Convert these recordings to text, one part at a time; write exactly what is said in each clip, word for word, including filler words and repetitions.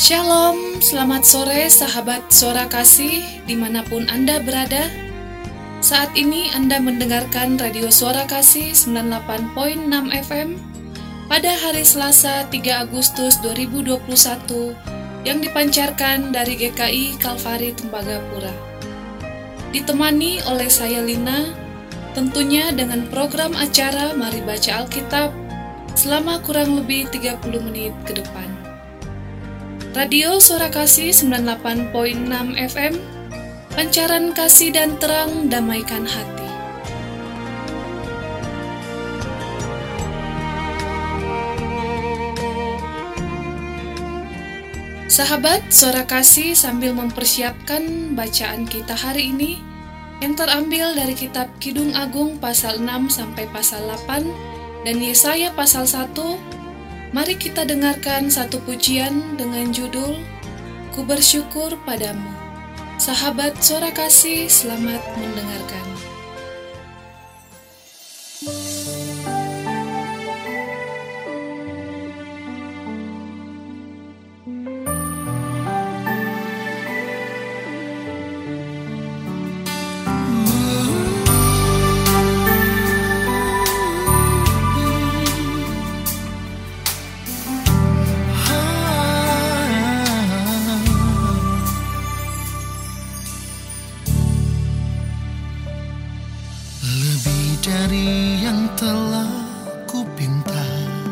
Shalom, selamat sore sahabat Suara Kasih dimanapun Anda berada. Saat ini Anda mendengarkan Radio Suara Kasih sembilan puluh delapan koma enam F M pada hari Selasa tiga Agustus dua ribu dua puluh satu yang dipancarkan dari G K I Kalvari Tembagapura. Ditemani oleh saya Lina, tentunya dengan program acara Mari Baca Alkitab selama kurang lebih tiga puluh menit ke depan. Radio Suara Kasih sembilan puluh delapan koma enam F M, pancaran kasih dan terang damaikan hati. Sahabat Suara Kasih, sambil mempersiapkan bacaan kita hari ini yang terambil dari kitab Kidung Agung pasal enam sampai pasal delapan dan Yesaya pasal satu, mari kita dengarkan satu pujian dengan judul Ku Bersyukur Padamu. Sahabat Suara Kasih, selamat mendengarkan. Dari yang telah kupinta,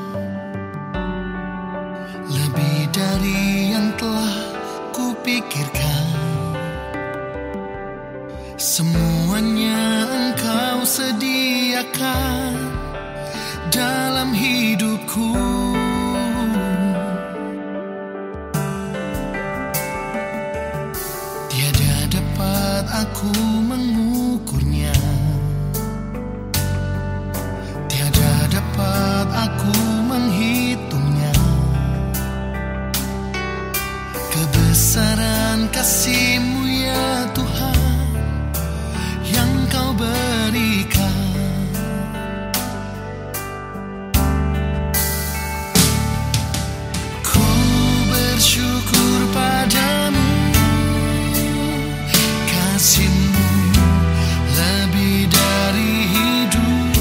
lebih dari yang telah kupikirkan, semuanya Engkau sediakan dalam hidupku. Tiada dapat aku mengukurnya, dapat aku menghitungnya. Kebesaran kasih-Mu ya Tuhan yang Kau berikan. Ku bersyukur padamu, kasih-Mu lebih dari hidup.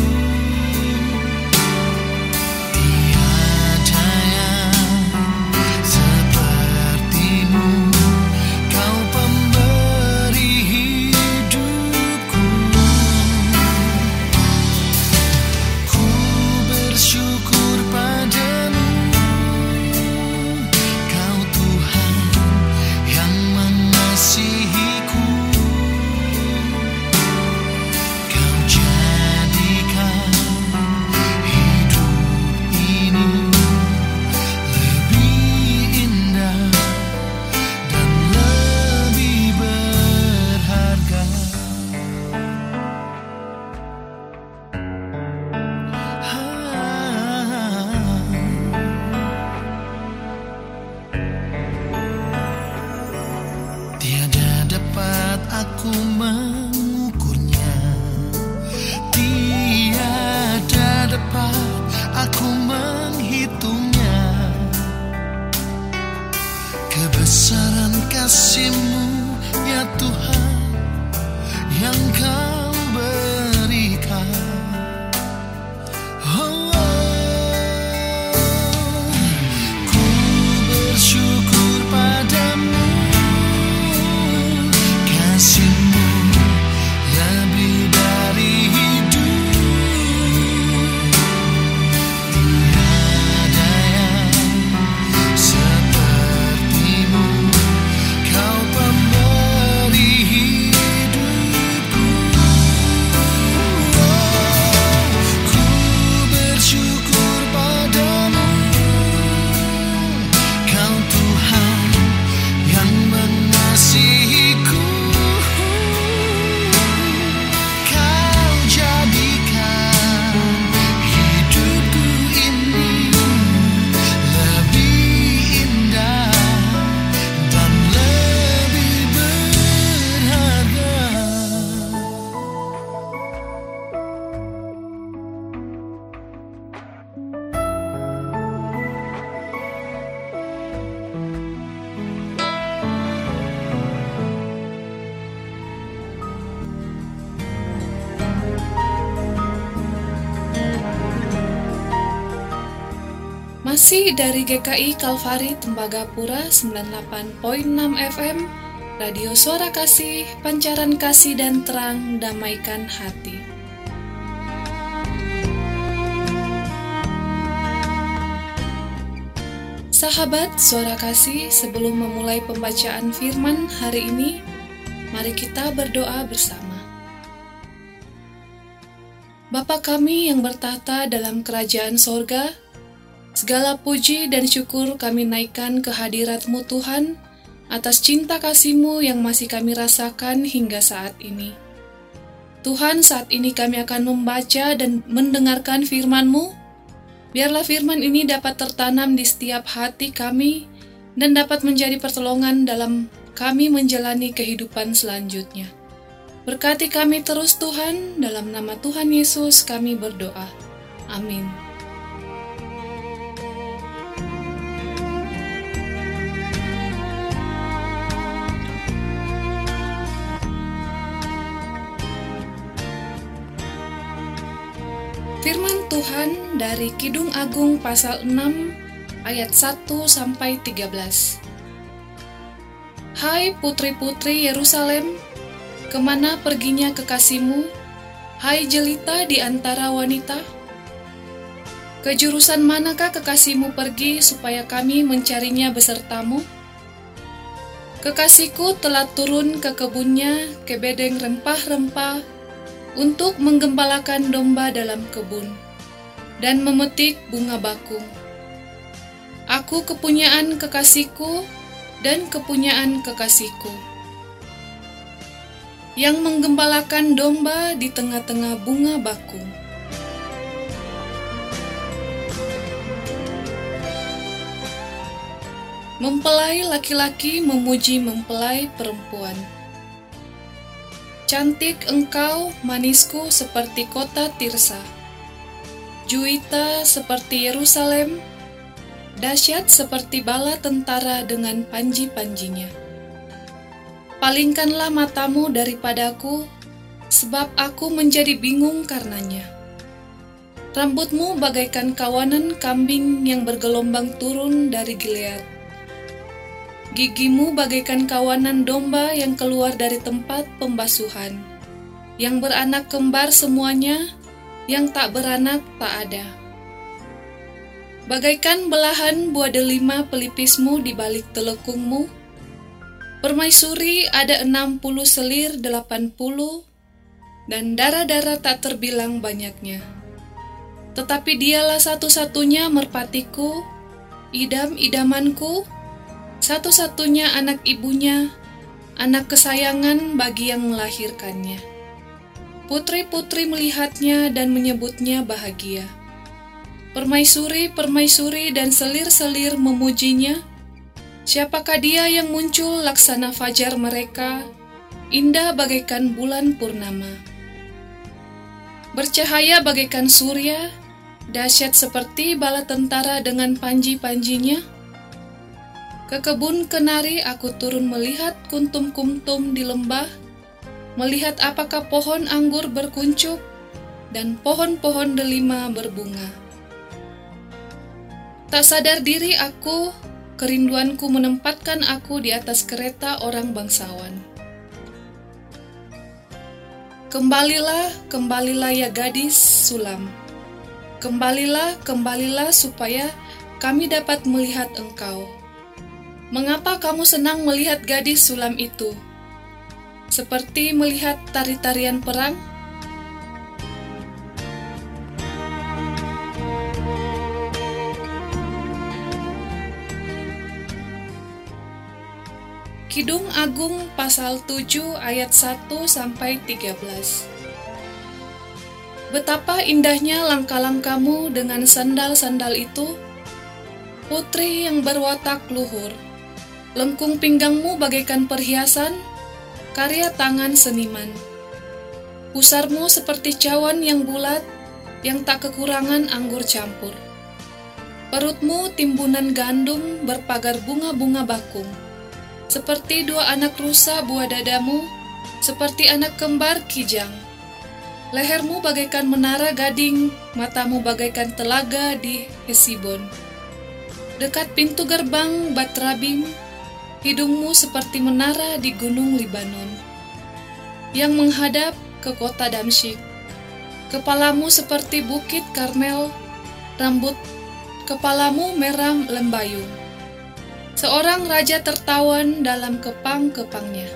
Aku mengukurnya, tiada dapat aku menghitungnya. Kebesaran kasih-Mu ya Tuhan yang Kau berikan. Oh, oh, ku bersyukur padamu, kasih-Mu lebih dari hidup. Tiada yang seperti-Mu, Kau pemberi Masih dari G K I Kalvari Tembagapura sembilan puluh delapan koma enam F M, Radio Suara Kasih, pancaran kasih dan terang, damaikan hati. Sahabat Suara Kasih, sebelum memulai pembacaan firman hari ini, mari kita berdoa bersama. Bapa kami yang bertahta dalam kerajaan sorga, segala puji dan syukur kami naikkan ke hadirat-Mu Tuhan, atas cinta kasih-Mu yang masih kami rasakan hingga saat ini. Tuhan, saat ini kami akan membaca dan mendengarkan firman-Mu. Biarlah firman ini dapat tertanam di setiap hati kami dan dapat menjadi pertolongan dalam kami menjalani kehidupan selanjutnya. Berkati kami terus Tuhan, dalam nama Tuhan Yesus kami berdoa. Amin. Firman Tuhan dari Kidung Agung pasal enam ayat satu sampai tiga belas. Hai putri-putri Yerusalem, kemana perginya kekasihmu? Hai jelita di antara wanita? Ke jurusan manakah kekasihmu pergi supaya kami mencarinya besertamu? Kekasihku telah turun ke kebunnya, ke bedeng rempah-rempah, untuk menggembalakan domba dalam kebun, dan memetik bunga bakung. Aku kepunyaan kekasihku, dan kepunyaan kekasihku, yang menggembalakan domba di tengah-tengah bunga bakung. Mempelai laki-laki memuji mempelai perempuan. Cantik engkau, manisku seperti kota Tirsa, Juwita seperti Yerusalem, dahsyat seperti bala tentara dengan panji-panjinya. Palingkanlah matamu daripadaku, sebab aku menjadi bingung karenanya. Rambutmu bagaikan kawanan kambing yang bergelombang turun dari Gilead. Gigimu bagaikan kawanan domba yang keluar dari tempat pembasuhan, yang beranak kembar semuanya, yang tak beranak tak ada. Bagaikan belahan buah delima pelipismu di balik telekungmu, permaisuri ada enam puluh selir delapan puluh, dan darah-darah tak terbilang banyaknya. Tetapi dialah satu-satunya merpatiku, idam-idamanku, satu-satunya anak ibunya, anak kesayangan bagi yang melahirkannya. Putri-putri melihatnya dan menyebutnya bahagia. Permaisuri-permaisuri dan selir-selir memujinya. Siapakah dia yang muncul laksana fajar mereka, indah bagaikan bulan purnama. Bercahaya bagaikan surya, dahsyat seperti bala tentara dengan panji-panjinya. Ke kebun kenari aku turun melihat kuntum-kuntum di lembah, melihat apakah pohon anggur berkuncup dan pohon-pohon delima berbunga. Tak sadar diri aku, kerinduanku menempatkan aku di atas kereta orang bangsawan. Kembalilah, kembalilah ya gadis Sulam. Kembalilah, kembalilah supaya kami dapat melihat engkau. Mengapa kamu senang melihat gadis Sulam itu? Seperti melihat tari-tarian perang? Kidung Agung pasal tujuh ayat satu sampai tiga belas. Betapa indahnya langkah-langkahmu dengan sandal-sandal itu, putri yang berwatak luhur. Lengkung pinggangmu bagaikan perhiasan, karya tangan seniman. Pusarmu seperti cawan yang bulat, yang tak kekurangan anggur campur. Perutmu timbunan gandum berpagar bunga-bunga bakung. Seperti dua anak rusa buah dadamu, seperti anak kembar kijang. Lehermu bagaikan menara gading, matamu bagaikan telaga di Hesibon. Dekat pintu gerbang Batrabim, hidungmu seperti menara di gunung Libanon, yang menghadap ke kota Damsyik. Kepalamu seperti bukit Karmel, rambut kepalamu merah lembayung. Seorang raja tertawan dalam kepang-kepangnya.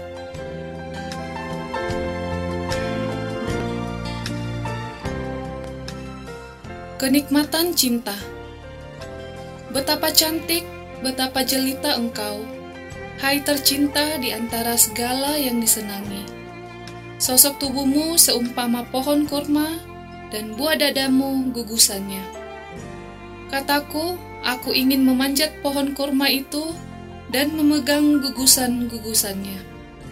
Kenikmatan cinta. Betapa cantik, betapa jelita engkau, hai tercinta di antara segala yang disenangi. Sosok tubuhmu seumpama pohon kurma, dan buah dadamu gugusannya. Kataku, aku ingin memanjat pohon kurma itu dan memegang gugusan-gugusannya.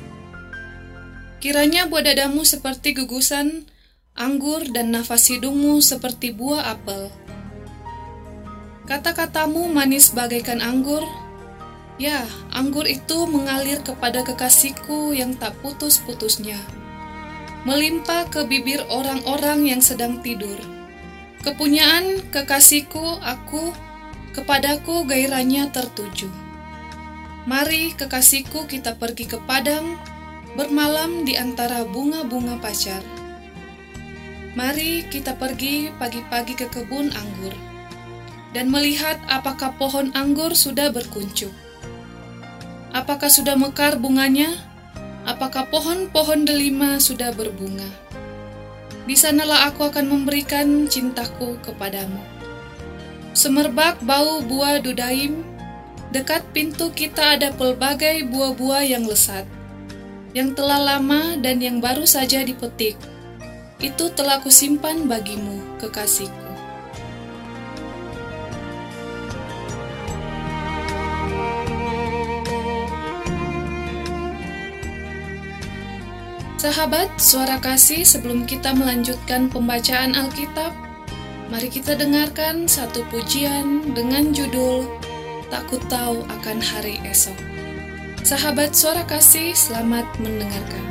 Kiranya buah dadamu seperti gugusan anggur dan nafas hidungmu seperti buah apel. Kata-katamu manis bagaikan anggur. Ya, anggur itu mengalir kepada kekasihku yang tak putus-putusnya, melimpah ke bibir orang-orang yang sedang tidur. Kepunyaan kekasihku aku, kepadaku gairahnya tertuju. Mari kekasihku kita pergi ke padang, bermalam di antara bunga-bunga pacar. Mari kita pergi pagi-pagi ke kebun anggur, dan melihat apakah pohon anggur sudah berkuncup. Apakah sudah mekar bunganya? Apakah pohon-pohon delima sudah berbunga? Di sanalah aku akan memberikan cintaku kepadamu. Semerbak bau buah dudaim, dekat pintu kita ada pelbagai buah-buah yang lesat, yang telah lama dan yang baru saja dipetik. Itu telah kusimpan bagimu, kekasihku. Sahabat Suara Kasih, sebelum kita melanjutkan pembacaan Alkitab, mari kita dengarkan satu pujian dengan judul Tak Ku Tahu Akan Hari Esok. Sahabat Suara Kasih, selamat mendengarkan.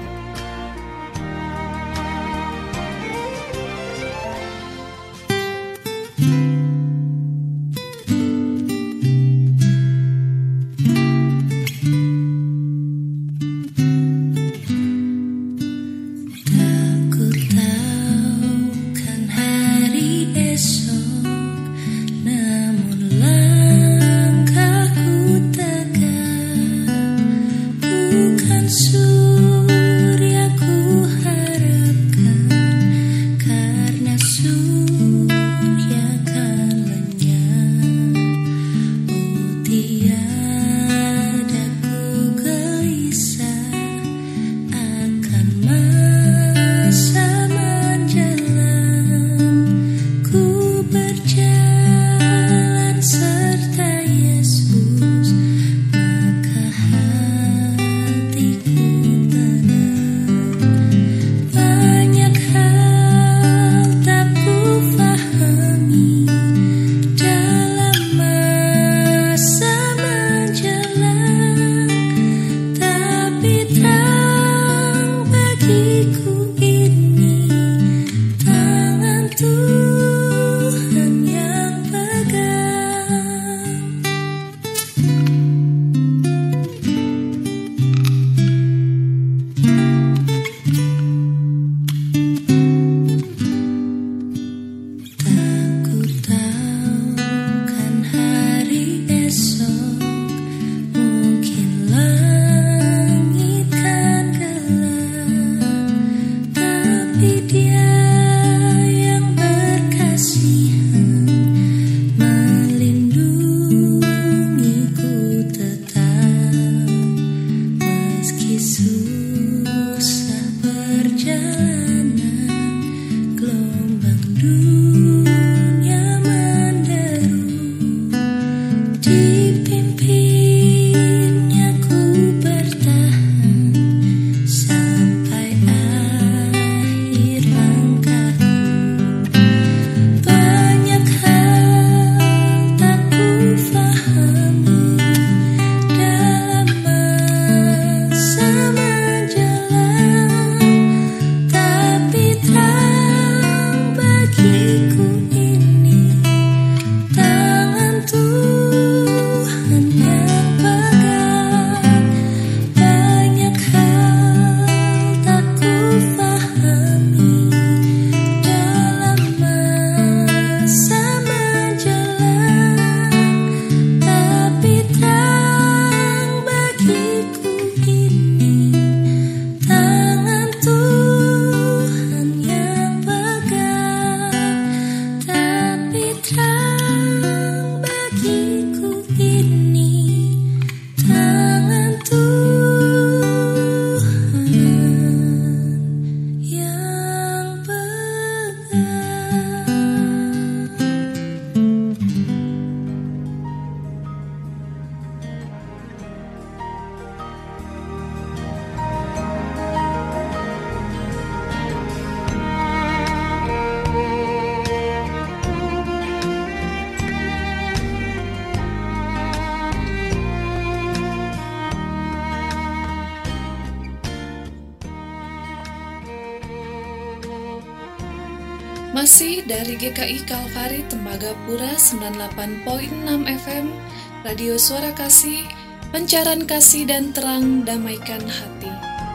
Masih dari G K I Kalvari Tembagapura sembilan puluh delapan koma enam F M, Radio Suara Kasih, pancaran kasih dan terang damaikan hati.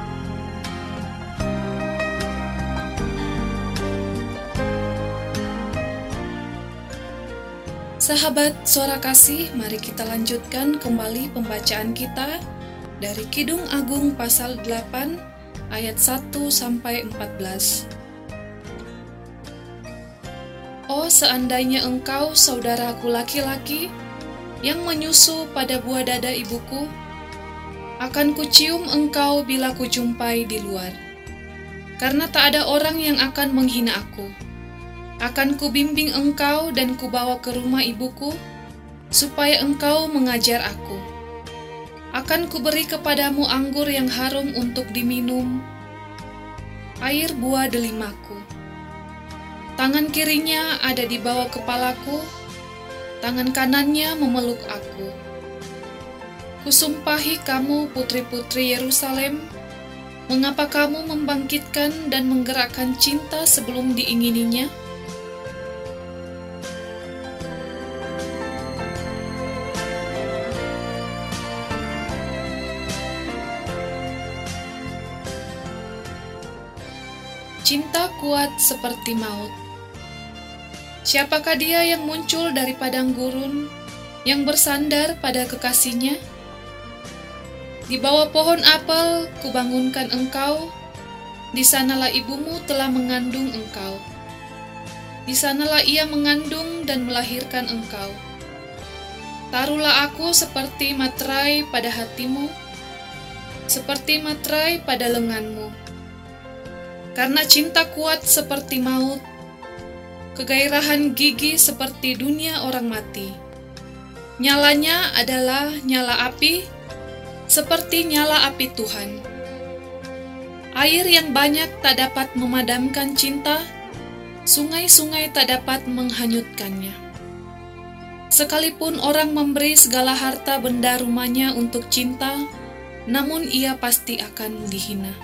Sahabat Suara Kasih, mari kita lanjutkan kembali pembacaan kita dari Kidung Agung pasal delapan ayat satu sampai empat belas. Oh, seandainya engkau, saudaraku laki-laki, yang menyusu pada buah dada ibuku, akan kucium engkau bila kujumpai di luar. Karena tak ada orang yang akan menghina aku. Akan kubimbing engkau dan kubawa ke rumah ibuku, supaya engkau mengajar aku. Akan kuberi kepadamu anggur yang harum untuk diminum, air buah delimiku. Tangan kirinya ada di bawah kepalaku, tangan kanannya memeluk aku. Kusumpahi kamu, putri-putri Yerusalem, mengapa kamu membangkitkan dan menggerakkan cinta sebelum diingininya? Cinta kuat seperti maut. Siapakah dia yang muncul dari padang gurun, yang bersandar pada kekasihnya? Di bawah pohon apel kubangunkan engkau, di sanalah ibumu telah mengandung engkau. Di sanalah ia mengandung dan melahirkan engkau. Taruhlah aku seperti materai pada hatimu, seperti materai pada lenganmu. Karena cinta kuat seperti maut, kegairahan gigi seperti dunia orang mati. Nyalanya adalah nyala api, seperti nyala api Tuhan. Air yang banyak tak dapat memadamkan cinta, sungai-sungai tak dapat menghanyutkannya. Sekalipun orang memberi segala harta benda rumahnya untuk cinta, namun ia pasti akan dihina.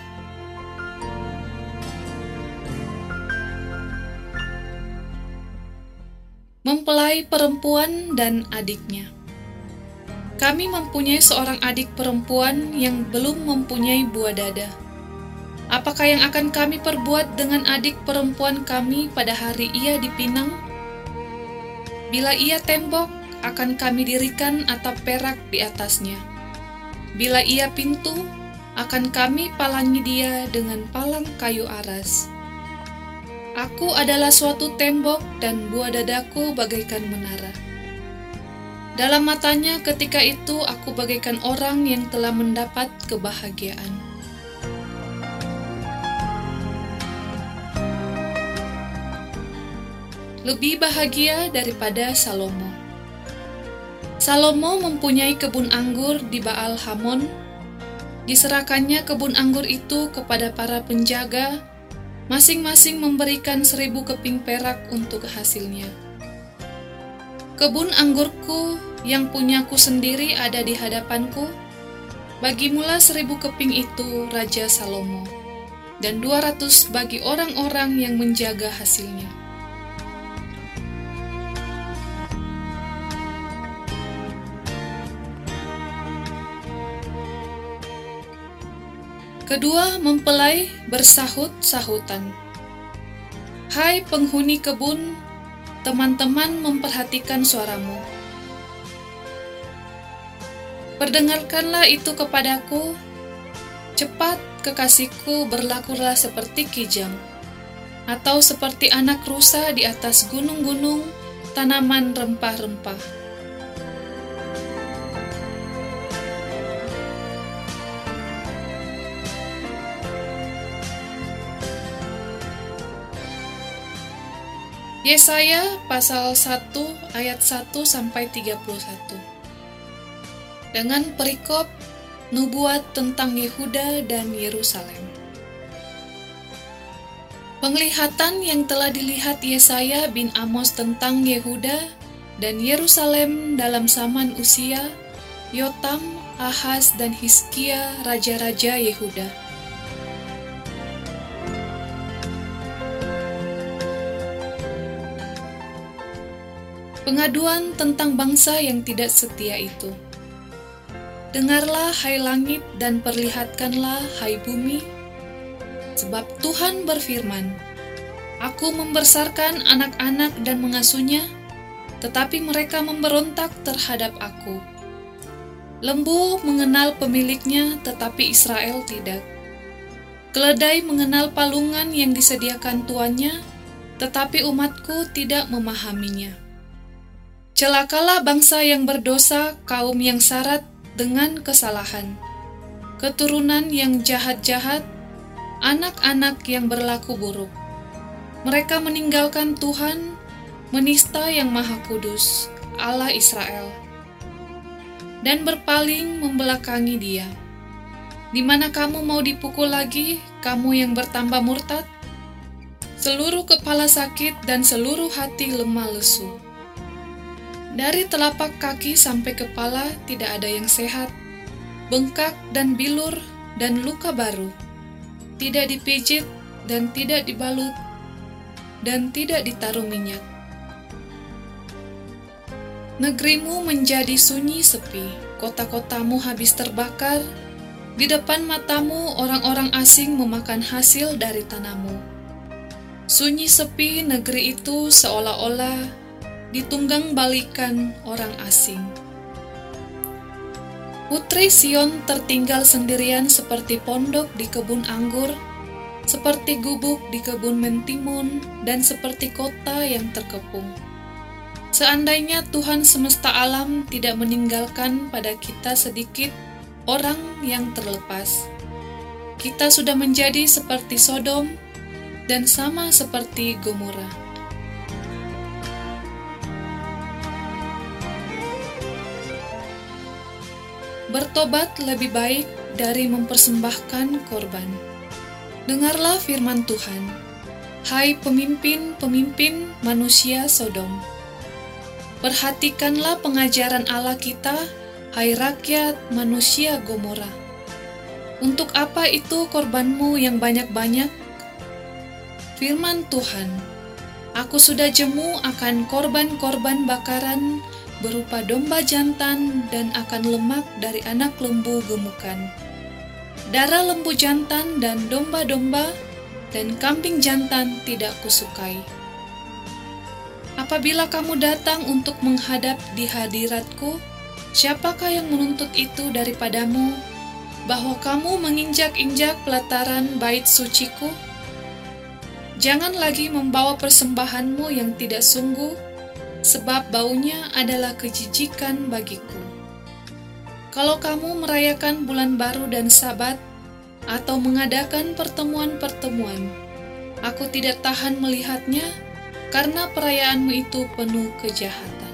Mempelai perempuan dan adiknya. Kami mempunyai seorang adik perempuan yang belum mempunyai buah dada. Apakah yang akan kami perbuat dengan adik perempuan kami pada hari ia dipinang? Bila ia tembok, akan kami dirikan atap perak di atasnya. Bila ia pintu, akan kami palangi dia dengan palang kayu aras. Aku adalah suatu tembok dan buah dadaku bagaikan menara. Dalam matanya ketika itu aku bagaikan orang yang telah mendapat kebahagiaan. Lebih bahagia daripada Salomo. Salomo mempunyai kebun anggur di Baal Hamon. Diserahkannya kebun anggur itu kepada para penjaga, masing-masing memberikan seribu keping perak untuk hasilnya. Kebun anggurku yang punyaku sendiri ada di hadapanku. Bagimulah seribu keping itu, Raja Salomo, dan dua ratus bagi orang-orang yang menjaga hasilnya. Kedua mempelai bersahut-sahutan. Hai penghuni kebun, teman-teman memperhatikan suaramu. Perdengarkanlah itu kepadaku. Cepat, kekasihku, berlakulah seperti kijang, atau seperti anak rusa di atas gunung-gunung, tanaman rempah-rempah. Yesaya pasal satu ayat satu sampai tiga puluh satu. Dengan perikop nubuat tentang Yehuda dan Yerusalem. Penglihatan yang telah dilihat Yesaya bin Amos tentang Yehuda dan Yerusalem dalam zaman Usia, Yotam, Ahaz, dan Hizkia, raja-raja Yehuda. Pengaduan tentang bangsa yang tidak setia itu. Dengarlah hai langit dan perlihatkanlah hai bumi, sebab Tuhan berfirman, Aku membesarkan anak-anak dan mengasuhnya, tetapi mereka memberontak terhadap aku. Lembu mengenal pemiliknya, tetapi Israel tidak. Keledai mengenal palungan yang disediakan tuannya, tetapi umatku tidak memahaminya. Celakalah bangsa yang berdosa, kaum yang syarat dengan kesalahan, keturunan yang jahat-jahat, anak-anak yang berlaku buruk. Mereka meninggalkan Tuhan, menista yang Maha Kudus, Allah Israel, dan berpaling membelakangi Dia. Di mana kamu mau dipukul lagi, kamu yang bertambah murtad? Seluruh kepala sakit dan seluruh hati lemah lesu. Dari telapak kaki sampai kepala tidak ada yang sehat, bengkak dan bilur dan luka baru, tidak dipijit dan tidak dibalut, dan tidak ditaruh minyak. Negerimu menjadi sunyi sepi, kota-kotamu habis terbakar, di depan matamu orang-orang asing memakan hasil dari tanahmu. Sunyi sepi negeri itu seolah-olah ditunggang balikan orang asing. Putri Sion tertinggal sendirian seperti pondok di kebun anggur, seperti gubuk di kebun mentimun, dan seperti kota yang terkepung. Seandainya Tuhan semesta alam tidak meninggalkan pada kita sedikit orang yang terlepas, kita sudah menjadi seperti Sodom dan sama seperti Gomora. Bertobat lebih baik dari mempersembahkan korban. Dengarlah firman Tuhan, hai pemimpin-pemimpin manusia Sodom. Perhatikanlah pengajaran Allah kita, hai rakyat manusia Gomora. Untuk apa itu korbanmu yang banyak-banyak? Firman Tuhan, Aku sudah jemu akan korban-korban bakaran berupa domba jantan dan akan lemak dari anak lembu gemukan. Darah lembu jantan dan domba-domba dan kambing jantan tidak kusukai. Apabila kamu datang untuk menghadap di hadiratku, siapakah yang menuntut itu daripadamu, bahwa kamu menginjak-injak pelataran bait suciku? Jangan lagi membawa persembahanmu yang tidak sungguh, sebab baunya adalah kejijikan bagiku. Kalau kamu merayakan bulan baru dan Sabat, atau mengadakan pertemuan-pertemuan, aku tidak tahan melihatnya, karena perayaanmu itu penuh kejahatan.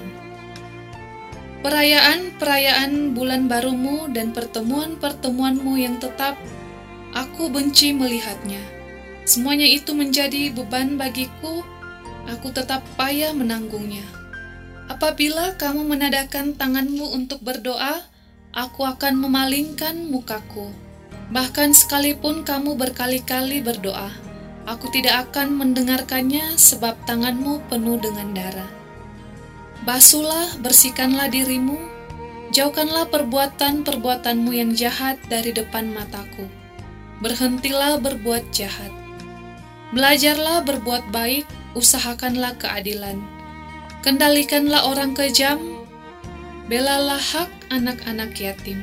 Perayaan-perayaan bulan barumu dan pertemuan-pertemuanmu yang tetap, aku benci melihatnya. Semuanya itu menjadi beban bagiku, aku tetap payah menanggungnya. Apabila kamu menadahkan tanganmu untuk berdoa, aku akan memalingkan mukaku. Bahkan sekalipun kamu berkali-kali berdoa, aku tidak akan mendengarkannya sebab tanganmu penuh dengan darah. Basuhlah, bersihkanlah dirimu, jauhkanlah perbuatan-perbuatanmu yang jahat dari depan mataku. Berhentilah berbuat jahat. Belajarlah berbuat baik, usahakanlah keadilan. Kendalikanlah orang kejam, belalah hak anak-anak yatim.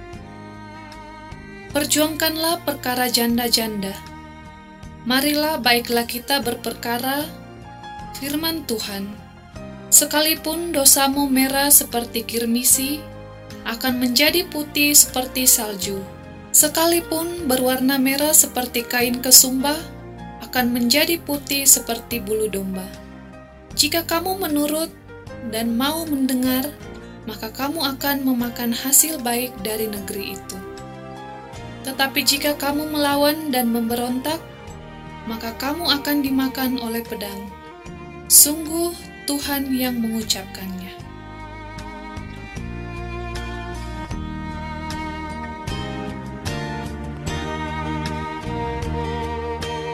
Perjuangkanlah perkara janda-janda. Marilah baiklah kita berperkara, firman Tuhan. Sekalipun dosamu merah seperti kirmisi, akan menjadi putih seperti salju. Sekalipun berwarna merah seperti kain kesumba, akan menjadi putih seperti bulu domba. Jika kamu menurut dan mau mendengar, maka kamu akan memakan hasil baik dari negeri itu. Tetapi jika kamu melawan dan memberontak, maka kamu akan dimakan oleh pedang. Sungguh Tuhan yang mengucapkannya.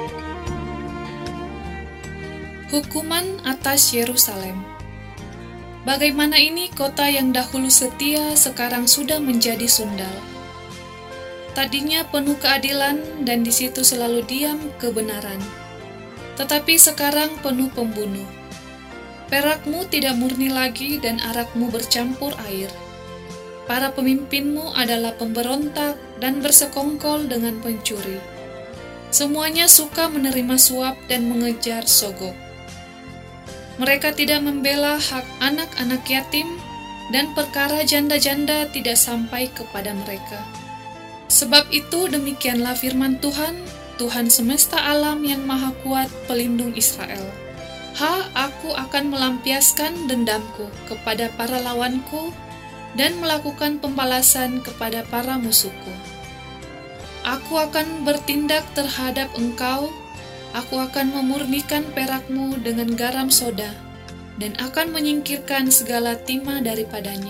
Hukuman atas Yerusalem. Bagaimana ini kota yang dahulu setia sekarang sudah menjadi sundal. Tadinya penuh keadilan dan di situ selalu diam kebenaran. Tetapi sekarang penuh pembunuh. Perakmu tidak murni lagi dan arakmu bercampur air. Para pemimpinmu adalah pemberontak dan bersekongkol dengan pencuri. Semuanya suka menerima suap dan mengejar sogok. Mereka tidak membela hak anak-anak yatim, dan perkara janda-janda tidak sampai kepada mereka. Sebab itu demikianlah firman Tuhan, Tuhan semesta alam yang maha kuat, pelindung Israel. Ha, aku akan melampiaskan dendamku kepada para lawanku, dan melakukan pembalasan kepada para musuhku. Aku akan bertindak terhadap engkau, aku akan memurnikan perakmu dengan garam soda, dan akan menyingkirkan segala timah daripadanya.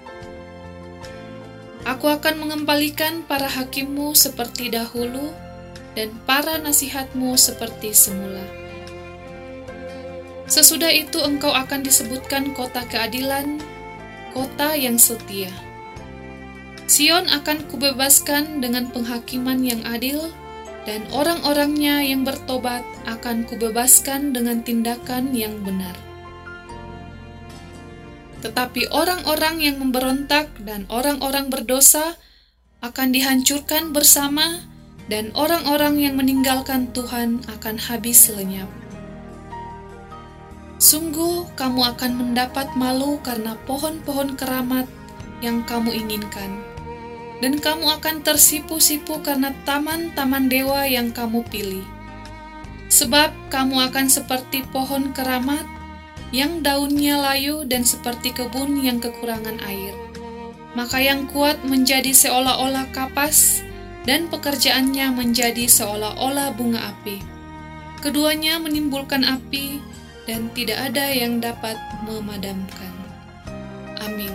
Aku akan mengembalikan para hakimmu seperti dahulu, dan para nasihatmu seperti semula. Sesudah itu engkau akan disebutkan kota keadilan, kota yang setia. Sion akan kubebaskan dengan penghakiman yang adil, dan orang-orangnya yang bertobat akan kubebaskan dengan tindakan yang benar. Tetapi orang-orang yang memberontak dan orang-orang berdosa akan dihancurkan bersama, dan orang-orang yang meninggalkan Tuhan akan habis lenyap. Sungguh kamu akan mendapat malu karena pohon-pohon keramat yang kamu inginkan, dan kamu akan tersipu-sipu karena taman-taman dewa yang kamu pilih. Sebab kamu akan seperti pohon keramat yang daunnya layu dan seperti kebun yang kekurangan air. Maka yang kuat menjadi seolah-olah kapas, dan pekerjaannya menjadi seolah-olah bunga api. Keduanya menimbulkan api, dan tidak ada yang dapat memadamkan. Amin.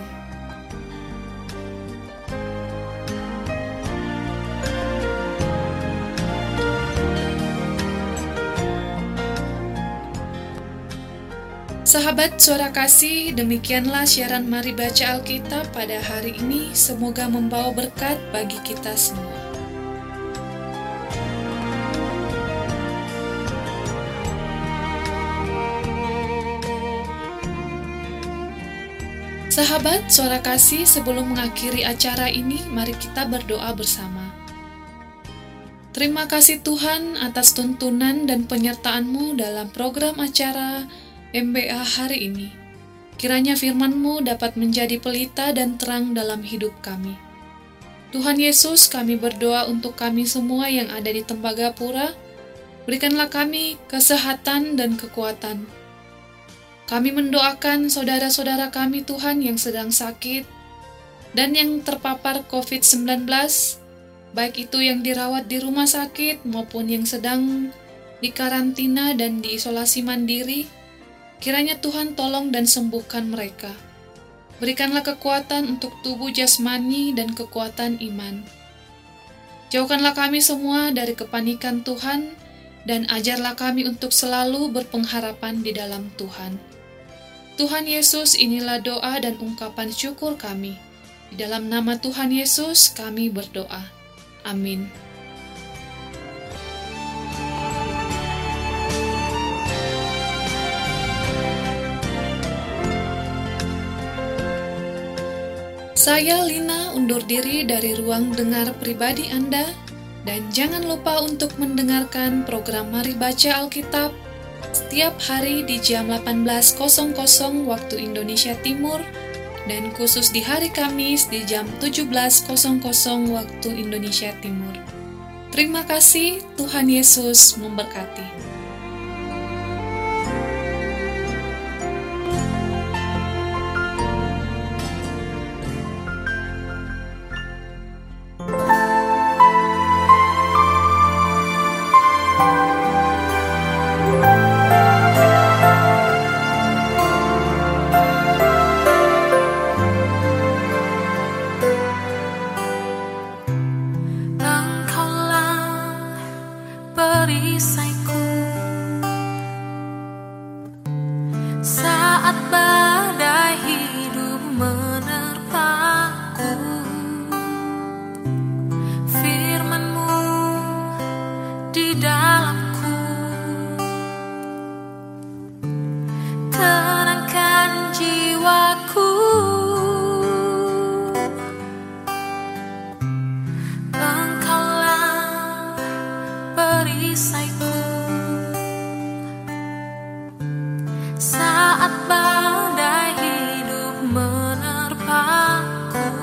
Sahabat Suara Kasih, demikianlah siaran Mari Baca Alkitab pada hari ini. Semoga membawa berkat bagi kita semua. Sahabat Suara Kasih, sebelum mengakhiri acara ini, mari kita berdoa bersama. Terima kasih Tuhan atas tuntunan dan penyertaan-Mu dalam program acara M B A hari ini. Kiranya firman-Mu dapat menjadi pelita dan terang dalam hidup kami. Tuhan Yesus, kami berdoa untuk kami semua yang ada di Tembagapura. Berikanlah kami kesehatan dan kekuatan. Kami mendoakan saudara-saudara kami Tuhan yang sedang sakit dan yang terpapar covid sembilan belas, baik itu yang dirawat di rumah sakit maupun yang sedang dikarantina dan diisolasi mandiri. Kiranya Tuhan tolong dan sembuhkan mereka. Berikanlah kekuatan untuk tubuh jasmani dan kekuatan iman. Jauhkanlah kami semua dari kepanikan Tuhan, dan ajarlah kami untuk selalu berpengharapan di dalam Tuhan. Tuhan Yesus, inilah doa dan ungkapan syukur kami. Di dalam nama Tuhan Yesus kami berdoa. Amin. Saya Lina undur diri dari ruang dengar pribadi Anda, dan jangan lupa untuk mendengarkan program Mari Baca Alkitab setiap hari di jam delapan belas waktu Indonesia Timur, dan khusus di hari Kamis di jam tujuh belas waktu Indonesia Timur. Terima kasih, Tuhan Yesus memberkati. Saat badai perisaiku. Saat badai hidup menerpaku,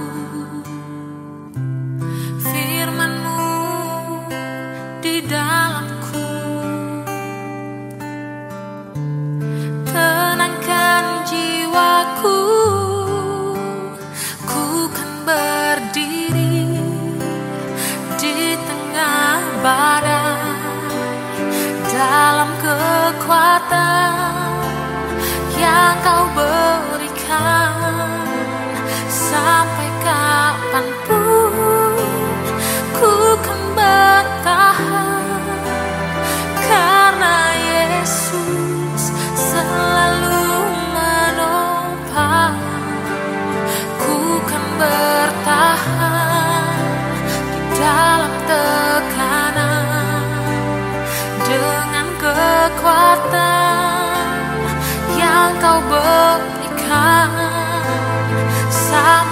firman-Mu di dalamku tenangkan jiwaku. Ku kan berdiri di tengah badai dalam kekuatan yang Kau berikan. Sampai kapanpun ku kan bertahan, karena Yesus selalu menopang. Ku kan bertahan di dalam tekanan dengan kekuatan yang Kau berikan. Sampai